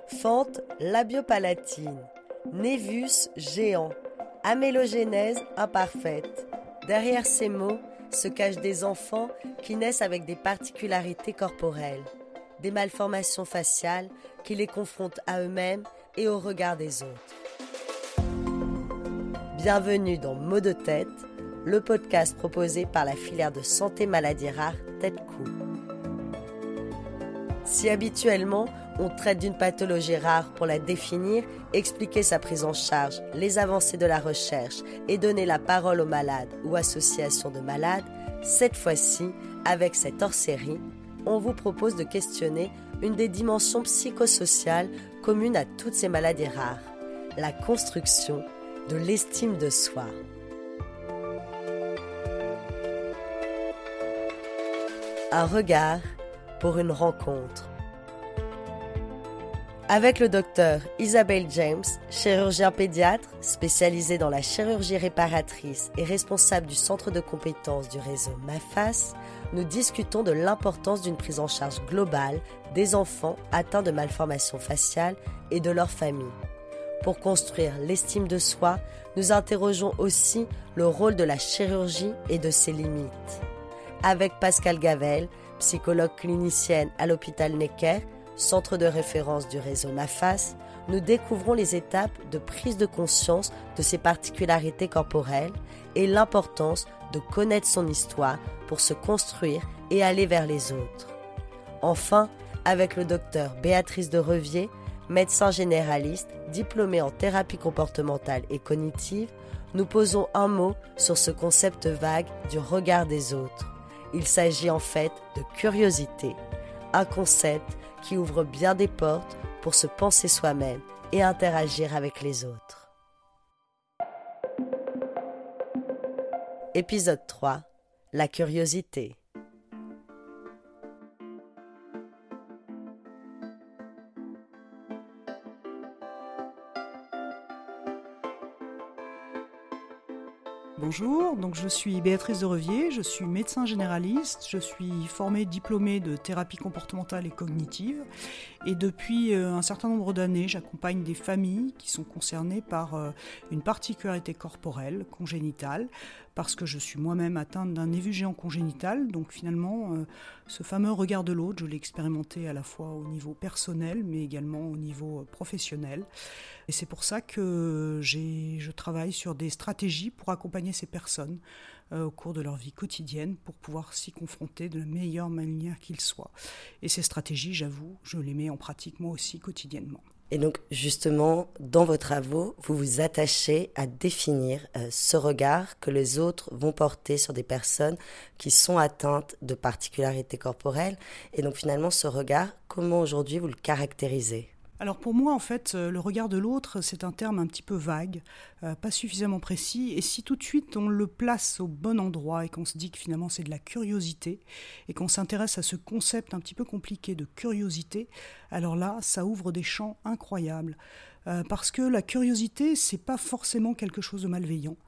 Fente labiopalatine, névus géant, amélogénèse imparfaite. Derrière ces mots se cachent des enfants qui naissent avec des particularités corporelles, des malformations faciales qui les confrontent à eux-mêmes et au regard des autres. Bienvenue dans Mots de tête, le podcast proposé par la filière de santé maladies rares Tête-Cou. Si habituellement, on traite d'une pathologie rare pour la définir, expliquer sa prise en charge, les avancées de la recherche et donner la parole aux malades ou associations de malades, cette fois-ci, avec cette hors-série, on vous propose de questionner une des dimensions psychosociales communes à toutes ces maladies rares, la construction de l'estime de soi. Un regard pour une rencontre. Avec le docteur Isabelle James, chirurgien pédiatre, spécialisé dans la chirurgie réparatrice et responsable du centre de compétences du réseau MAFAS, nous discutons de l'importance d'une prise en charge globale des enfants atteints de malformations faciales et de leurs familles. Pour construire l'estime de soi, nous interrogeons aussi le rôle de la chirurgie et de ses limites. Avec Pascale Gavel, psychologue clinicienne à l'hôpital Necker, centre de référence du réseau MAFAS, nous découvrons les étapes de prise de conscience de ses particularités corporelles et l'importance de connaître son histoire pour se construire et aller vers les autres. Enfin, avec le docteur Béatrice de Revier, médecin généraliste, diplômée en thérapie comportementale et cognitive, nous posons un mot sur ce concept vague du regard des autres. Il s'agit en fait de curiosité, un concept qui ouvre bien des portes pour se penser soi-même et interagir avec les autres. Épisode 3. La curiosité. Bonjour, donc je suis Béatrice de Revier, je suis médecin généraliste, je suis formée diplômée de thérapie comportementale et cognitive et depuis un certain nombre d'années j'accompagne des familles qui sont concernées par une particularité corporelle, congénitale, parce que je suis moi-même atteinte d'un névus géant congénital, donc finalement ce fameux regard de l'autre, je l'ai expérimenté à la fois au niveau personnel mais également au niveau professionnel. Et c'est pour ça que je travaille sur des stratégies pour accompagner ces personnes au cours de leur vie quotidienne pour pouvoir s'y confronter de la meilleure manière qu'il soit. Et ces stratégies, j'avoue, je les mets en pratique moi aussi quotidiennement. Et donc justement, dans vos travaux, vous vous attachez à définir ce regard que les autres vont porter sur des personnes qui sont atteintes de particularités corporelles. Et donc finalement, ce regard, comment aujourd'hui vous le caractérisez ? Alors pour moi, en fait, le regard de l'autre, c'est un terme un petit peu vague, pas suffisamment précis. Et si tout de suite on le place au bon endroit et qu'on se dit que finalement c'est de la curiosité et qu'on s'intéresse à ce concept un petit peu compliqué de curiosité, alors là, ça ouvre des champs incroyables. Parce que la curiosité, c'est pas forcément quelque chose de malveillant.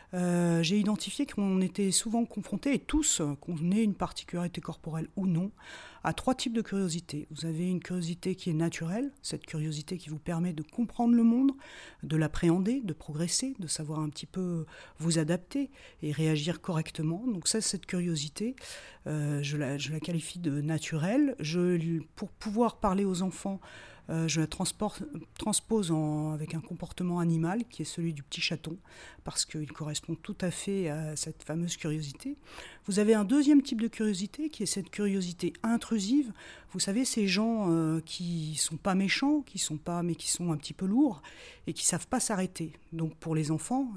J'ai identifié qu'on était souvent confrontés, et tous, qu'on ait une particularité corporelle ou non, à 3 types de curiosité. Vous avez une curiosité qui est naturelle, cette curiosité qui vous permet de comprendre le monde, de l'appréhender, de progresser, de savoir un petit peu vous adapter et réagir correctement. Donc ça, cette curiosité, je la qualifie de naturelle. Pour pouvoir parler aux enfants, je la transpose avec un comportement animal qui est celui du petit chaton, parce qu'il correspond tout à fait à cette fameuse curiosité. Vous avez un deuxième type de curiosité qui est cette curiosité intrusive. Vous savez, ces gens qui sont pas méchants, mais qui sont un petit peu lourds et qui savent pas s'arrêter. Donc pour les enfants,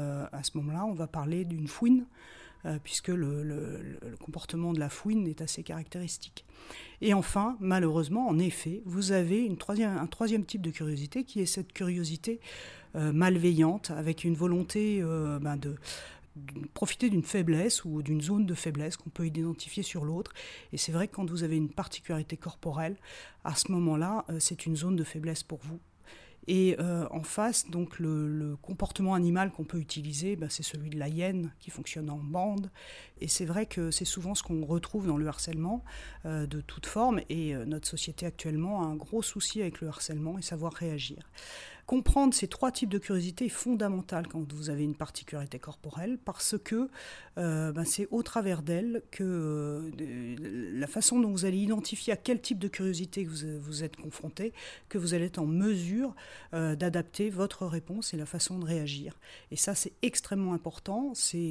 à ce moment-là, on va parler d'une fouine, puisque le comportement de la fouine est assez caractéristique. Et enfin, malheureusement, en effet, vous avez un troisième type de curiosité qui est cette curiosité malveillante, avec une volonté de profiter d'une faiblesse ou d'une zone de faiblesse qu'on peut identifier sur l'autre. Et c'est vrai que quand vous avez une particularité corporelle, à ce moment-là, c'est une zone de faiblesse pour vous. Et en face, donc le comportement animal qu'on peut utiliser, c'est celui de la hyène qui fonctionne en bande. Et c'est vrai que c'est souvent ce qu'on retrouve dans le harcèlement de toute forme. Et notre société actuellement a un gros souci avec le harcèlement et savoir réagir. Comprendre ces 3 types de curiosité est fondamental quand vous avez une particularité corporelle parce que c'est au travers d'elle que la façon dont vous allez identifier à quel type de curiosité vous êtes confronté, que vous allez être en mesure d'adapter votre réponse et la façon de réagir. Et ça, c'est extrêmement important.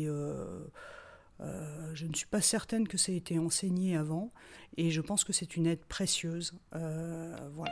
Je ne suis pas certaine que ça ait été enseigné avant et je pense que c'est une aide précieuse. Voilà.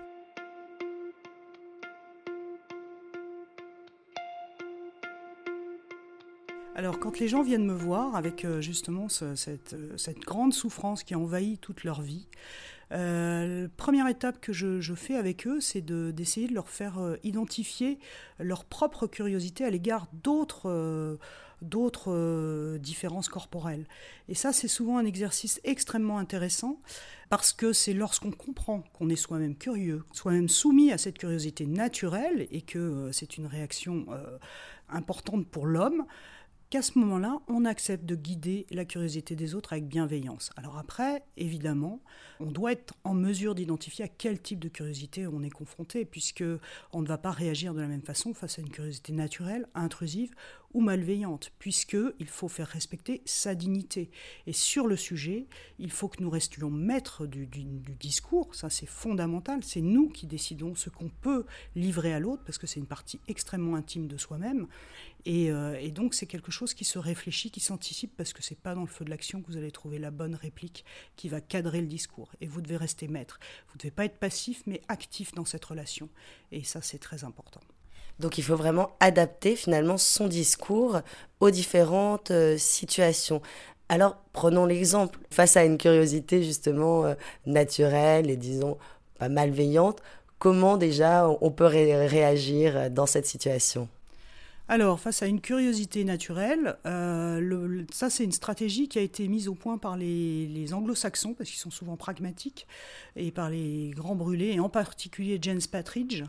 Alors, quand les gens viennent me voir avec justement cette grande souffrance qui envahit toute leur vie, la première étape que je fais avec eux, c'est d'essayer de leur faire identifier leur propre curiosité à l'égard d'autres différences corporelles. Et ça, c'est souvent un exercice extrêmement intéressant parce que c'est lorsqu'on comprend qu'on est soi-même curieux, soi-même soumis à cette curiosité naturelle et que c'est une réaction importante pour l'homme, qu'à ce moment-là, on accepte de guider la curiosité des autres avec bienveillance. Alors après, évidemment, on doit être en mesure d'identifier à quel type de curiosité on est confronté, puisque on ne va pas réagir de la même façon face à une curiosité naturelle, intrusive ou malveillante, puisqu'il faut faire respecter sa dignité. Et sur le sujet, il faut que nous restions maîtres du discours, ça c'est fondamental, c'est nous qui décidons ce qu'on peut livrer à l'autre, parce que c'est une partie extrêmement intime de soi-même, et donc c'est quelque chose qui se réfléchit, qui s'anticipe, parce que c'est pas dans le feu de l'action que vous allez trouver la bonne réplique qui va cadrer le discours. Et vous devez rester maître. Vous ne devez pas être passif, mais actif dans cette relation. Et ça, c'est très important. Donc il faut vraiment adapter finalement son discours aux différentes situations. Alors prenons l'exemple, face à une curiosité justement naturelle et disons pas malveillante, comment déjà on peut réagir dans cette situation ? Alors, face à une curiosité naturelle, ça c'est une stratégie qui a été mise au point par les anglo-saxons, parce qu'ils sont souvent pragmatiques, et par les grands brûlés, et en particulier James Patridge.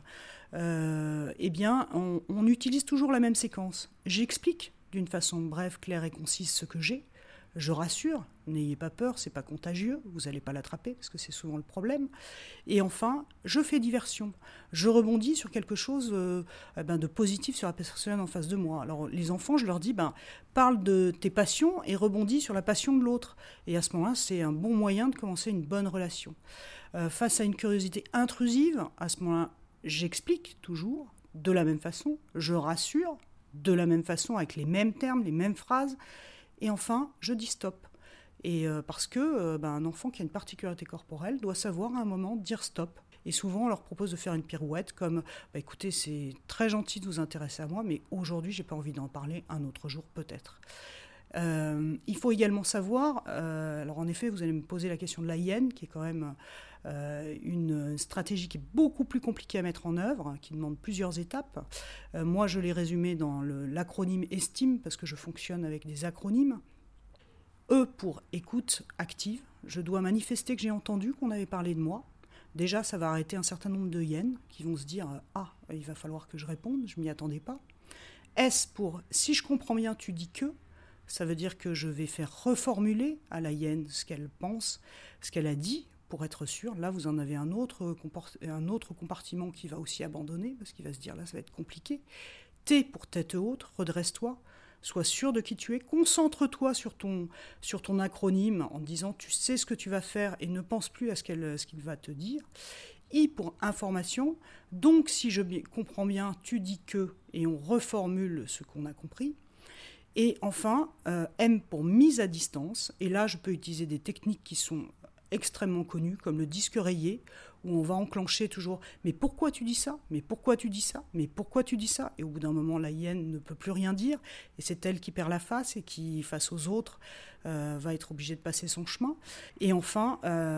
On utilise toujours la même séquence. J'explique d'une façon brève, claire et concise ce que j'ai. Je rassure, n'ayez pas peur, c'est pas contagieux, vous n'allez pas l'attraper parce que c'est souvent le problème. Et enfin, je fais diversion. Je rebondis sur quelque chose de positif sur la personne en face de moi. Alors les enfants, je leur dis, parle de tes passions et rebondis sur la passion de l'autre. Et à ce moment-là, c'est un bon moyen de commencer une bonne relation. Face à une curiosité intrusive, à ce moment-là, j'explique toujours de la même façon, je rassure de la même façon, avec les mêmes termes, les mêmes phrases. Et enfin, je dis stop. Et parce que un enfant qui a une particularité corporelle doit savoir à un moment dire stop. Et souvent, on leur propose de faire une pirouette comme écoutez, c'est très gentil de vous intéresser à moi, mais aujourd'hui, j'ai pas envie d'en parler, un autre jour peut-être. Il faut également savoir, alors en effet, vous allez me poser la question de la hyène, qui est quand même une stratégie qui est beaucoup plus compliquée à mettre en œuvre, qui demande plusieurs étapes. Moi, je l'ai résumé dans l'acronyme ESTIM, parce que je fonctionne avec des acronymes. E pour écoute active. Je dois manifester que j'ai entendu qu'on avait parlé de moi. Déjà, ça va arrêter un certain nombre de hyènes qui vont se dire « Ah, il va falloir que je réponde, je ne m'y attendais pas ». S pour « Si je comprends bien, tu dis que ». Ça veut dire que je vais faire reformuler à la hyène ce qu'elle pense, ce qu'elle a dit, pour être sûr. Là, vous en avez un autre compartiment qui va aussi abandonner, parce qu'il va se dire, là, ça va être compliqué. T pour tête haute, redresse-toi, sois sûr de qui tu es, concentre-toi sur ton acronyme en disant, tu sais ce que tu vas faire et ne pense plus à ce qu'il va te dire. I pour information, donc si je comprends bien, tu dis que, et on reformule ce qu'on a compris. Et enfin, M pour mise à distance, et là, je peux utiliser des techniques qui sont extrêmement connues, comme le disque rayé, où on va enclencher toujours « Mais pourquoi tu dis ça ? Mais pourquoi tu dis ça ? Mais pourquoi tu dis ça ?» Et au bout d'un moment, la hyène ne peut plus rien dire, et c'est elle qui perd la face, et qui, face aux autres, va être obligée de passer son chemin. Et enfin,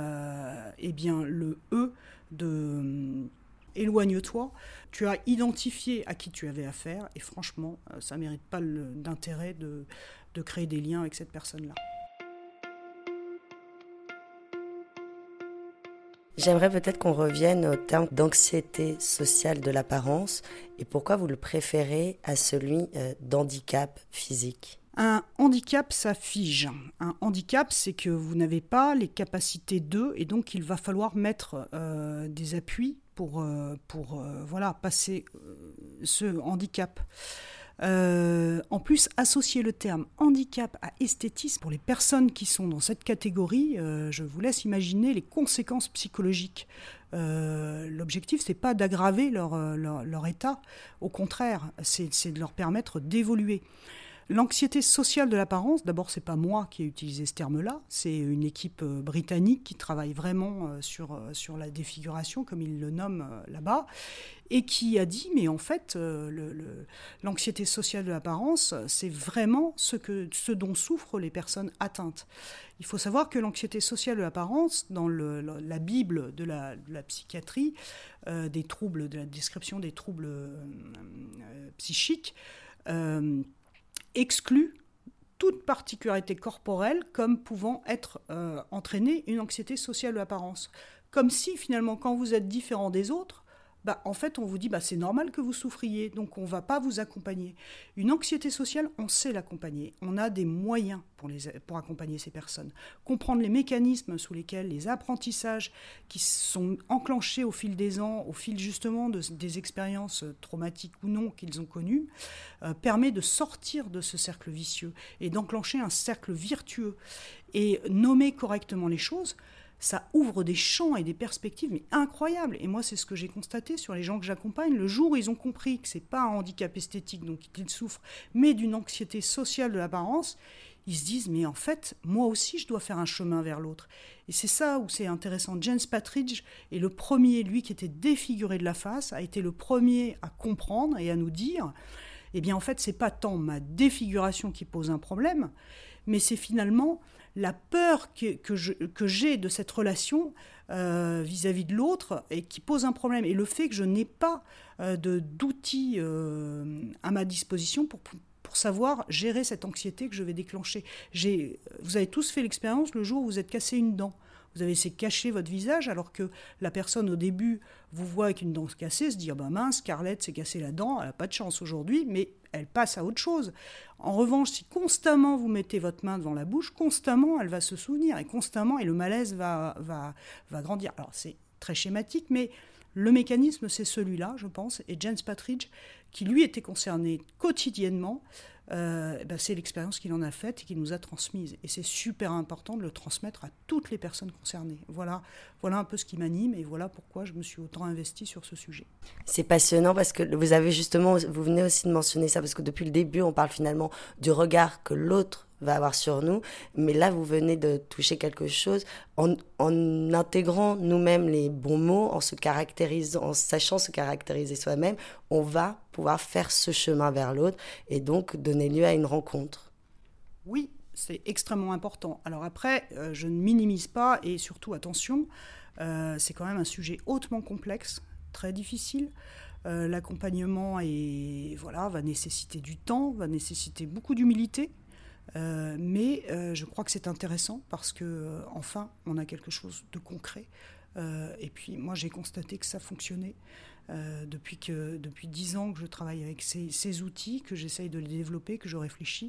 le E de... éloigne-toi, tu as identifié à qui tu avais affaire, et franchement, ça ne mérite pas d'intérêt de créer des liens avec cette personne-là. J'aimerais peut-être qu'on revienne au terme d'anxiété sociale de l'apparence et pourquoi vous le préférez à celui d'handicap physique. Un handicap, ça fige. Un handicap, c'est que vous n'avez pas les capacités d'eux et donc il va falloir mettre des appuis pour passer ce handicap. En plus, associer le terme handicap à esthétisme, pour les personnes qui sont dans cette catégorie, je vous laisse imaginer les conséquences psychologiques. L'objectif, c'est pas d'aggraver leur état, au contraire, c'est de leur permettre d'évoluer. L'anxiété sociale de l'apparence, d'abord, c'est pas moi qui ai utilisé ce terme-là, c'est une équipe britannique qui travaille vraiment sur la défiguration, comme ils le nomment là-bas, et qui a dit, mais en fait, l'anxiété sociale de l'apparence, c'est vraiment ce dont souffrent les personnes atteintes. Il faut savoir que l'anxiété sociale de l'apparence, dans la Bible de la psychiatrie, des troubles, de la description des troubles psychiques, exclut toute particularité corporelle comme pouvant être entraîner une anxiété sociale de l'apparence. Comme si finalement quand vous êtes différent des autres, en fait on vous dit c'est normal que vous souffriez, donc on ne va pas vous accompagner. Une anxiété sociale, on sait l'accompagner, on a des moyens pour accompagner ces personnes. Comprendre les mécanismes sous lesquels les apprentissages qui sont enclenchés au fil des ans, au fil justement des expériences traumatiques ou non qu'ils ont connues, permet de sortir de ce cercle vicieux et d'enclencher un cercle vertueux. Et nommer correctement les choses, ça ouvre des champs et des perspectives mais incroyables. Et moi, c'est ce que j'ai constaté sur les gens que j'accompagne. Le jour où ils ont compris que ce n'est pas un handicap esthétique dont ils souffrent, mais d'une anxiété sociale de l'apparence, ils se disent, mais en fait, moi aussi, je dois faire un chemin vers l'autre. Et c'est ça où c'est intéressant. James Patridge est le premier, lui qui était défiguré de la face, a été le premier à comprendre et à nous dire, eh bien en fait, c'est pas tant ma défiguration qui pose un problème, mais c'est finalement la peur que j'ai de cette relation vis-à-vis de l'autre et qui pose un problème. Et le fait que je n'ai pas d'outils à ma disposition pour savoir gérer cette anxiété que je vais déclencher. Vous avez tous fait l'expérience le jour où vous êtes cassé une dent. Vous avez essayé de cacher votre visage alors que la personne au début vous voit avec une dent cassée, se dit mince, Scarlett s'est cassée la dent, elle n'a pas de chance aujourd'hui, mais elle passe à autre chose. En revanche, si constamment vous mettez votre main devant la bouche, constamment elle va se souvenir et constamment et le malaise va grandir. Alors c'est très schématique, mais le mécanisme c'est celui-là, je pense, et James Patridge, qui lui était concerné quotidiennement, c'est l'expérience qu'il en a faite et qu'il nous a transmise. Et c'est super important de le transmettre à toutes les personnes concernées. Voilà un peu ce qui m'anime et voilà pourquoi je me suis autant investie sur ce sujet. C'est passionnant parce que vous venez aussi de mentionner ça, parce que depuis le début, on parle finalement du regard que l'autre va avoir sur nous, mais là vous venez de toucher quelque chose en intégrant nous-mêmes les bons mots, en sachant se caractériser soi-même, on va pouvoir faire ce chemin vers l'autre et donc donner lieu à une rencontre. Oui, c'est extrêmement important. Alors après, je ne minimise pas et surtout attention, c'est quand même un sujet hautement complexe, très difficile. L'accompagnement va nécessiter du temps, va nécessiter beaucoup d'humilité. Mais je crois que c'est intéressant parce que enfin on a quelque chose de concret et puis moi j'ai constaté que ça fonctionnait depuis 10 ans que je travaille avec ces outils, que j'essaye de les développer, que je réfléchis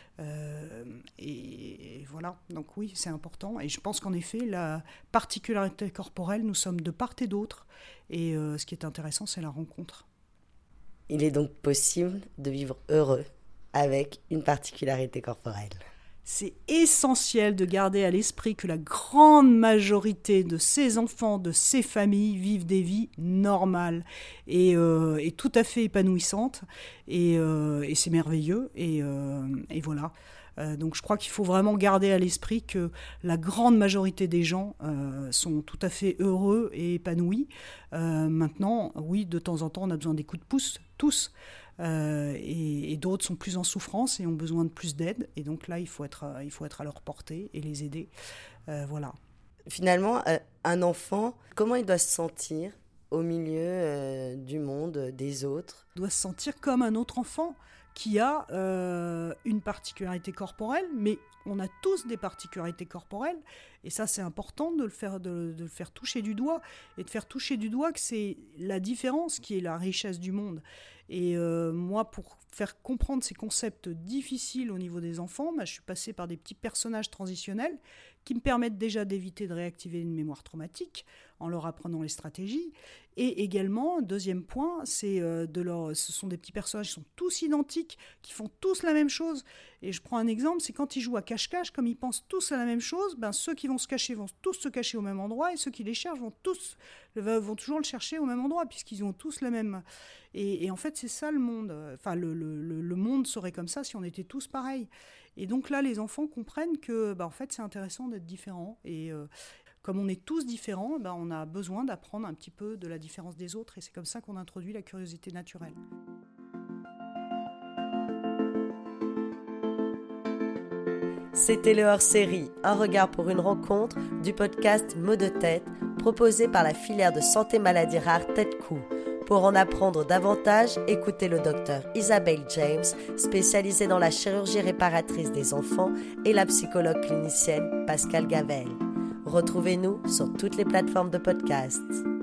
et voilà, donc oui c'est important et je pense qu'en effet la particularité corporelle, nous sommes de part et d'autre et ce qui est intéressant c'est la rencontre. Il est donc possible de vivre heureux avec une particularité corporelle. C'est essentiel de garder à l'esprit que la grande majorité de ces enfants, de ces familles vivent des vies normales et tout à fait épanouissantes et c'est merveilleux et voilà. Donc je crois qu'il faut vraiment garder à l'esprit que la grande majorité des gens sont tout à fait heureux et épanouis. Maintenant, oui, de temps en temps, on a besoin des coups de pouce, tous. Et d'autres sont plus en souffrance et ont besoin de plus d'aide. Et donc là, il faut être à leur portée et les aider. Voilà. Finalement, un enfant, comment il doit se sentir au milieu du monde, des autres ? Il doit se sentir comme un autre enfant qui a une particularité corporelle, mais on a tous des particularités corporelles, et ça c'est important de le faire toucher du doigt, et de faire toucher du doigt que c'est la différence qui est la richesse du monde. Et moi, pour faire comprendre ces concepts difficiles au niveau des enfants, je suis passée par des petits personnages transitionnels qui me permettent déjà d'éviter de réactiver une mémoire traumatique en leur apprenant les stratégies. Et également, deuxième point, ce sont des petits personnages qui sont tous identiques, qui font tous la même chose. Et je prends un exemple, c'est quand ils jouent à cache-cache, comme ils pensent tous à la même chose, ceux qui vont se cacher vont tous se cacher au même endroit, et ceux qui les cherchent vont toujours le chercher au même endroit, puisqu'ils ont tous le même. Et en fait, c'est ça le monde. Enfin, le monde serait comme ça si on était tous pareils. Et donc là, les enfants comprennent que, en fait, c'est intéressant d'être différent. Et comme on est tous différents, on a besoin d'apprendre un petit peu de la différence des autres. Et c'est comme ça qu'on introduit la curiosité naturelle. C'était le hors-série Un regard pour une rencontre du podcast Mots de tête, proposé par la filière de santé maladies rares Tête-Cou. Pour en apprendre davantage, écoutez le docteur Isabelle James, spécialisée dans la chirurgie réparatrice des enfants, et la psychologue clinicienne Pascale Gavel. Retrouvez-nous sur toutes les plateformes de podcast.